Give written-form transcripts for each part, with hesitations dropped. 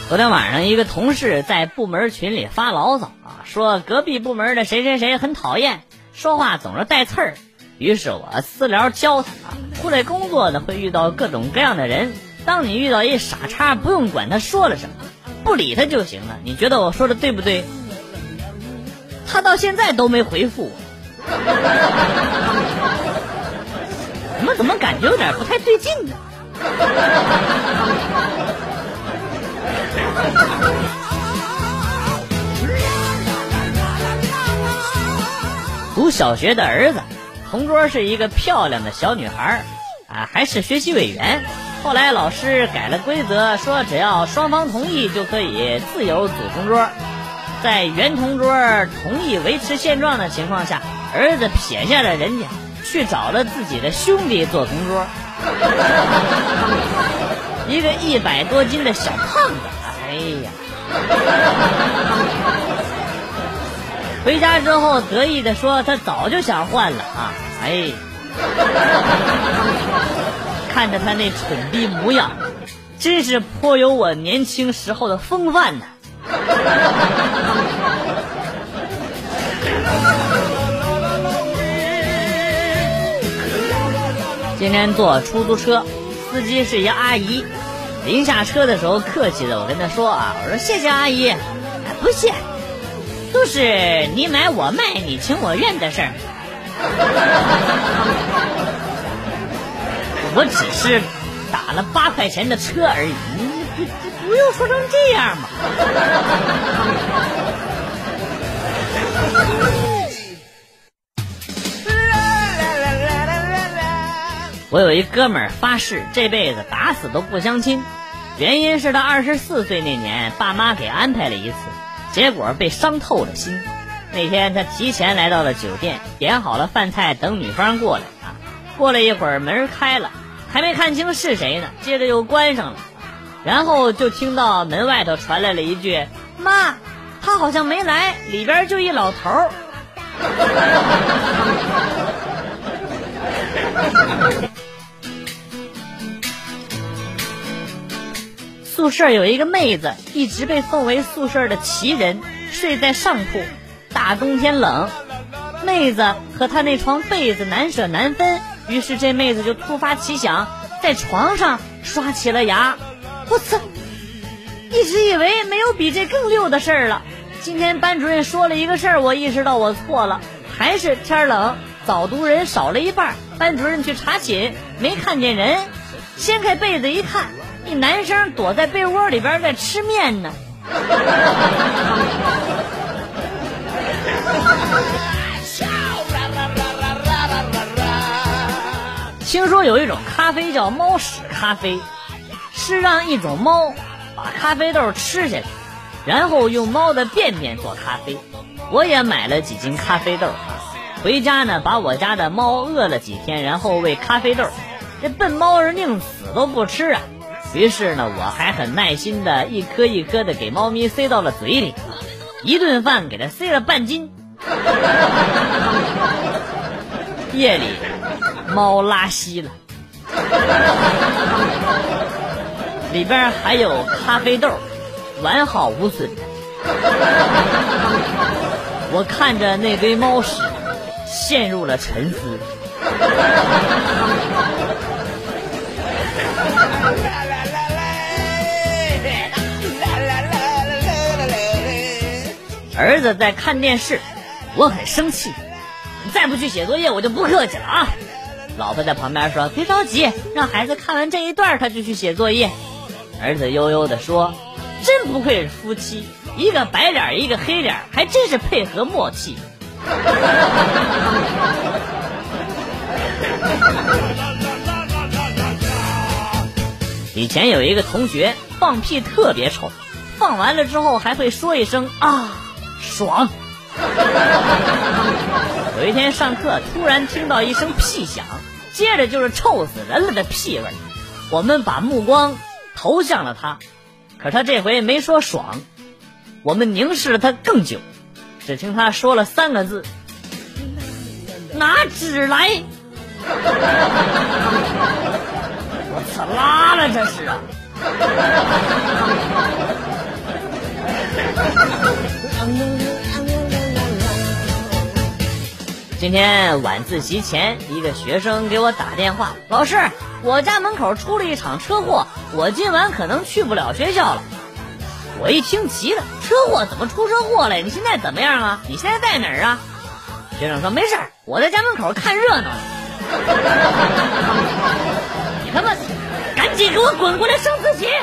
昨天晚上一个同事在部门群里发牢骚说隔壁部门的谁谁谁很讨厌，说话总是带刺儿。于是我私聊教他出来工作呢会遇到各种各样的人，当你遇到一傻叉，不用管他说了什么，不理他就行了。你觉得我说的对不对？他到现在都没回复我，怎么感觉有点不太对劲呢？读小学的儿子，同桌是一个漂亮的小女孩还是学习委员。后来老师改了规则，说只要双方同意就可以自由组同桌。在原同桌同意维持现状的情况下，儿子撇下了人家，去找了自己的兄弟做同桌。一个100多斤的小胖子，哎呀！回家之后得意地说他早就想换了哎，看着他那蠢逼模样，真是颇有我年轻时候的风范呢。今天坐出租车，司机是一阿姨，临下车的时候客气的我跟她说我说谢谢阿姨，不谢，都是你买我卖你情我愿的事儿。我只是打了8块钱的车而已，你不用说成这样嘛。我有一哥们儿发誓这辈子打死都不相亲，原因是他24岁那年爸妈给安排了一次，结果被伤透了心。那天他提前来到了酒店，点好了饭菜等女方过来过了一会儿门开了，还没看清是谁呢，接着又关上了，然后就听到门外头传来了一句妈，他好像没来，里边就一老头儿。宿舍有一个妹子，一直被奉为宿舍的奇人，睡在上铺，大冬天冷，妹子和她那床被子难舍难分，于是这妹子就突发奇想，在床上刷起了牙。我操，一直以为没有比这更溜的事儿了。今天班主任说了一个事儿，我意识到我错了，还是天冷，早读人少了一半，班主任去查寝没看见人，掀开被子一看，一男生躲在被窝里边在吃面呢。听说有一种咖啡叫猫屎咖啡，是让一种猫把咖啡豆吃下去，然后用猫的便便做咖啡。我也买了几斤咖啡豆回家呢，把我家的猫饿了几天，然后喂咖啡豆。这笨猫是宁死都不吃于是呢，我还很耐心的一颗一颗的给猫咪塞到了嘴里，一顿饭给它塞了半斤。夜里猫拉稀了，里边还有咖啡豆，完好无损。我看着那堆猫屎陷入了沉思。儿子在看电视，我很生气，你再不去写作业我就不客气了老婆在旁边说别着急，让孩子看完这一段他就去写作业。儿子悠悠地说真不愧是夫妻，一个白脸一个黑脸，还真是配合默契。以前有一个同学放屁特别臭，放完了之后还会说一声爽。有一天上课突然听到一声屁响，接着就是臭死人了的屁味，我们把目光投向了他，可他这回没说爽，我们凝视了他更久，只听他说了3个字，拿纸来。我操，拉了这是今天晚自习前，一个学生给我打电话，老师，我家门口出了一场车祸，我今晚可能去不了学校了。我一听急了，车祸怎么出车祸了？你现在怎么样啊？你现在在哪儿啊？学生说没事，我在家门口看热闹。你他妈赶紧给我滚过来升自习！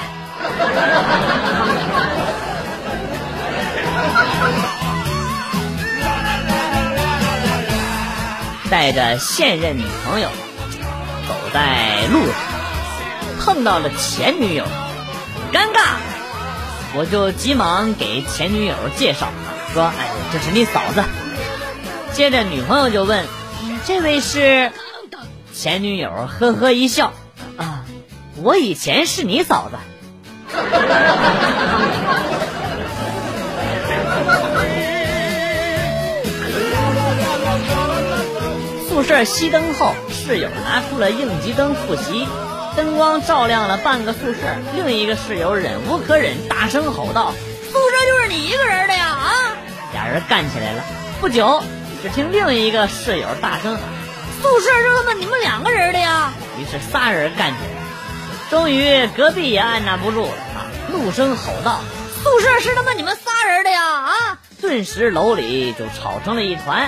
带着现任女朋友走在路上，碰到了前女友，尴尬，我就急忙给前女友介绍，说哎，这是你嫂子。接着女朋友就问，这位是？前女友呵呵一笑，啊，我以前是你嫂子。宿舍熄灯后，室友拿出了应急灯复习，灯光照亮了半个宿舍。另一个室友忍无可忍，大声吼道：宿舍就是你一个人的呀！啊！俩人干起来了。不久，只听另一个室友大声喊：宿舍就他妈你们2个人的呀！于是仨人干起来。终于隔壁也按捺不住了啊，怒声吼道：宿舍是他妈你们仨人的呀！啊！顿时楼里就吵成了一团。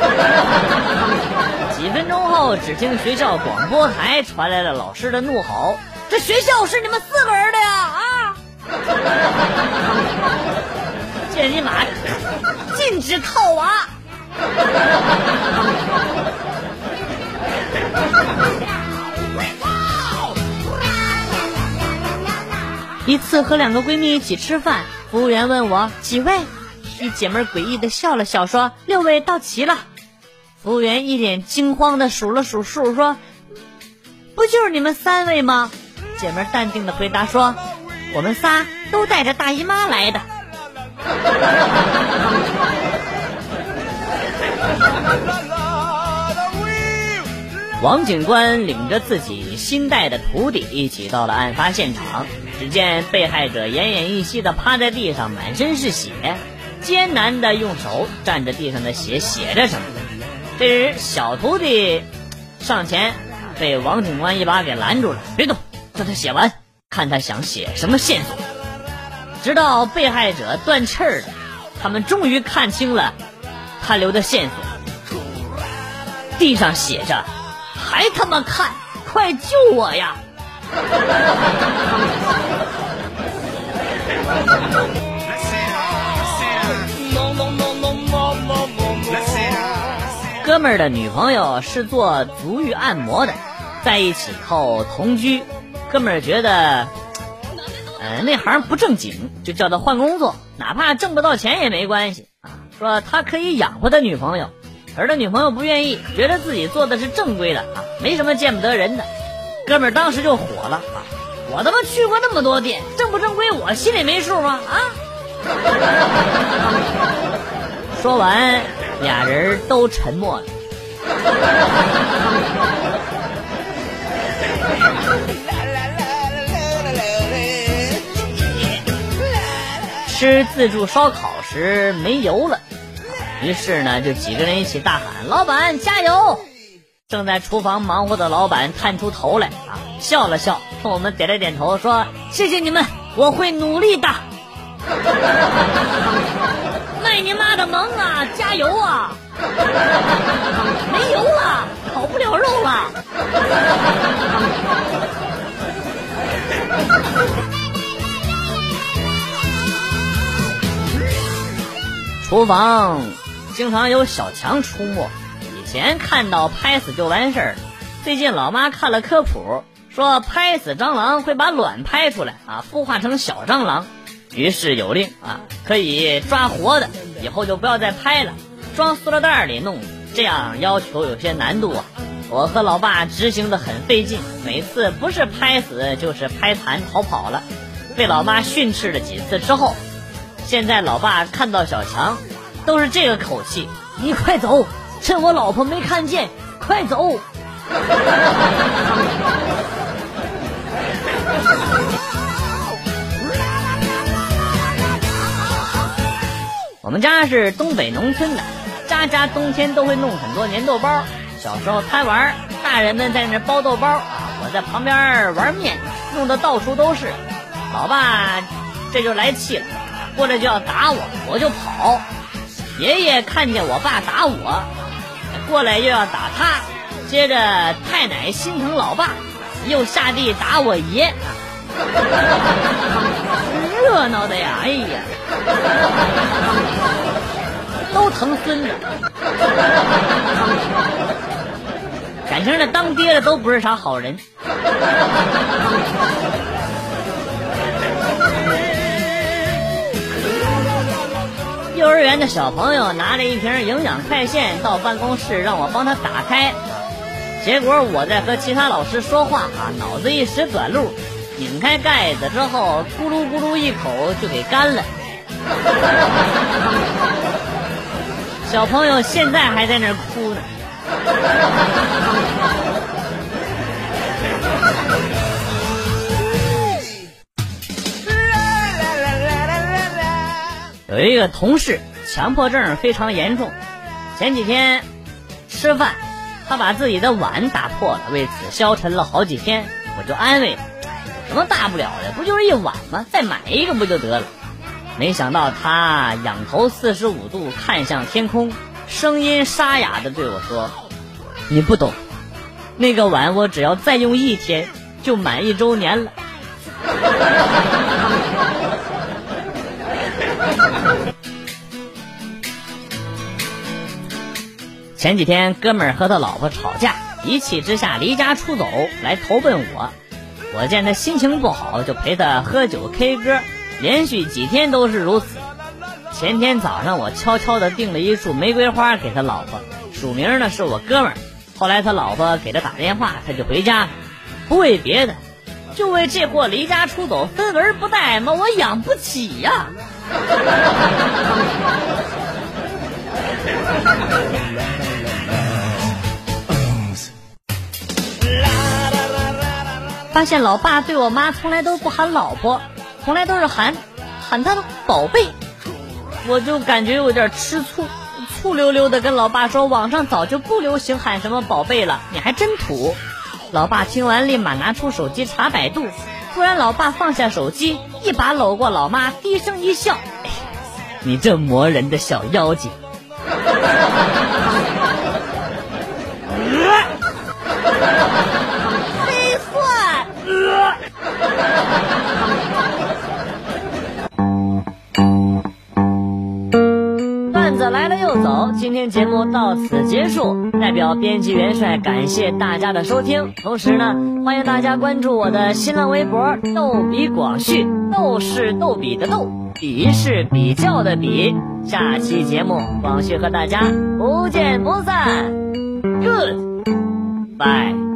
几分钟后，只听学校广播台传来了老师的怒吼：这学校是你们4个人的呀！啊！这尼玛禁止套娃！一次和2个闺蜜一起吃饭，服务员问我几位，一姐妹诡异的笑了笑说6位到齐了。服务员一脸惊慌的数了数数说，不就是你们3位吗？姐妹淡定的回答说，我们仨都带着大姨妈来的。王警官领着自己新带的徒弟一起到了案发现场，只见被害者奄奄一息地趴在地上，满身是血，艰难地用手蘸着地上的血写着什么。这时小徒弟上前被王警官一把给拦住了，别动，叫他写完，看他想写什么线索。直到被害者断气儿了，他们终于看清了他留的线索，地上写着还他妈看，快救我呀！哥们儿的女朋友是做足浴按摩的，在一起后同居，哥们儿觉得那行不正经，就叫他换工作，哪怕挣不到钱也没关系啊，说他可以养活他女朋友。而他女朋友不愿意，觉得自己做的是正规的啊，没什么见不得人的。哥们儿当时就火了啊！我他妈去过那么多店，正不正规我心里没数吗？啊！说完，俩人都沉默了。吃自助烧烤时没油了。于是呢，就几个人一起大喊：老板加油！正在厨房忙活的老板探出头来啊，笑了笑，冲我们点了点头，说谢谢你们，我会努力的。卖你妈的萌啊，加油啊！没油了，烤不了肉了。厨房经常有小强出没，以前看到拍死就完事儿，最近老妈看了科普，说拍死蟑螂会把卵拍出来啊，孵化成小蟑螂，于是有令啊，可以抓活的，以后就不要再拍了，装塑料袋里弄，这样要求有些难度啊。我和老爸执行的很费劲，每次不是拍死就是拍残逃跑了，被老妈训斥了几次之后，现在老爸看到小强都是这个口气，你快走，趁我老婆没看见，快走。 我们家是东北农村的，家家冬天都会弄很多粘豆包。小时候贪玩，大人们在那包豆包我在旁边玩面，弄得到处都是。老爸这就来气了，过来就要打我，我就跑。爷爷看见我爸打我，过来又要打他。接着太奶心疼老爸，又下地打我爷。热闹的呀，哎呀，都疼孙子。感情这当爹的都不是啥好人。幼儿园的小朋友拿了一瓶营养快线到办公室让我帮他打开，结果我在和其他老师说话脑子一时短路，拧开盖子之后咕噜咕噜一口就给干了。小朋友现在还在那儿哭呢。有一个同事强迫症非常严重，前几天吃饭他把自己的碗打破了，为此消沉了好几天。我就安慰，有什么大不了的，不就是一碗吗？再买一个不就得了。没想到他仰头45度看向天空，声音沙哑地对我说，你不懂，那个碗我只要再用1天就满1周年了。前几天哥们儿和他老婆吵架，一气之下离家出走来投奔我。我见他心情不好，就陪他喝酒 K 歌，连续几天都是如此。前天早上我悄悄地订了一束玫瑰花给他老婆，署名呢是我哥们儿。后来他老婆给他打电话，他就回家了，不为别的，就为这货离家出走分文不带嘛，我养不起呀。发现老爸对我妈从来都不喊老婆，从来都是喊她的宝贝。我就感觉有点吃醋，醋溜溜的跟老爸说，网上早就不流行喊什么宝贝了，你还真土。老爸听完立马拿出手机查百度，突然老爸放下手机，一把搂过老妈，低声一笑，哎，你这磨人的小妖精。黑蒜。段子来了又走，今天节目到此结束，代表编辑元帅感谢大家的收听，同时呢，欢迎大家关注我的新浪微博逗比广旭，逗是逗比的逗，比是比较的比。下期节目广旭和大家不见不散， Goodbye。